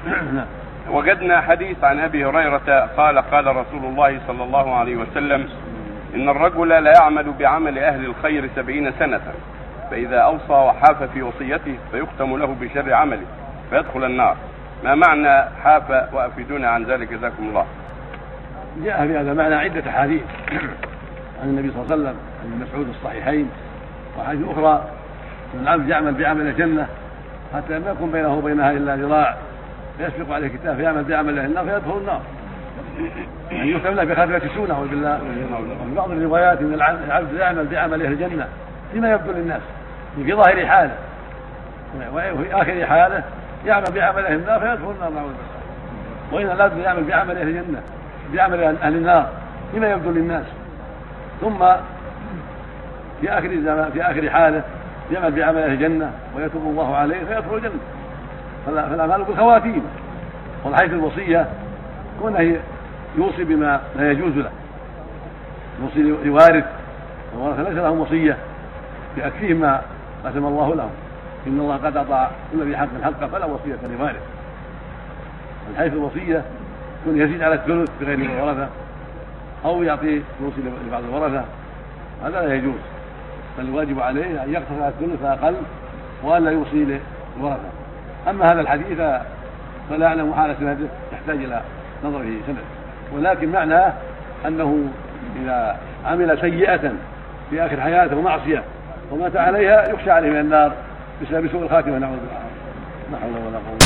وجدنا حديث عن أبي هريرة قال قال رسول الله صلى الله عليه وسلم: إن الرجل لا يعمل بعمل أهل الخير 70 سنة، فإذا أوصى وحاف في وصيته فيختم له بشر عمله فيدخل النار. ما معنى حاف؟ وأفيدونا عن ذلك جزاكم الله. جاء في هذا معنى عدة أحاديث عن النبي صلى الله عليه وسلم، عن ابن مسعود الصحيحين، وحديث أخرى أن العبد يعمل بعمل الجنة حتى ما يكون بينه وبينها إلا ذراع، فيسبق عليه كتاب فيعمل بعمل أهل النار فيدخل النار، يعني يختم له بخاتمة سوء نعوذ بالله. وفي بعض الروايات أن العبد يعمل بعمل أهل الجنة فيما يبدو للناس في ظاهر حاله، وفي آخر حاله يعمل بعمل أهل النار فيدخل النار نعوذ بالله. وإن العبد يعمل بعمل أهل الجنة بعمل أهل النار فيما يبدو للناس، ثم في آخر حاله يعمل بعمل أهل الجنة ويتوب الله عليه فيدخل الجنة. فالأعمال بالخواتيم. والحيث الوصية كونه يوصي بما لا يجوز له، يوصي لوارث والورثة ليس لهم وصية بأكفيهم ما قسم الله لهم، إن الله قد أعطى كل ذي حق حقه فلا وصية لوارث. الحيث الوصية كونه يزيد على الثلث بغير الورثة أو يعطي يوصي لبعض الورثة، هذا لا يجوز، بل الواجب عليه أن يقتصر على الثلث فأقل وأن لا يوصي للورثة. أما هذا الحديث فلا أعلم حال سنده، يحتاج إلى نظر في سنده، ولكن معناه أنه إذا عمل سيئة في آخر حياته ومعصية ومات عليها يخشى عليه من النار بسبب سوء الخاتمة نعوذ بالله. لا حول ولا قوة.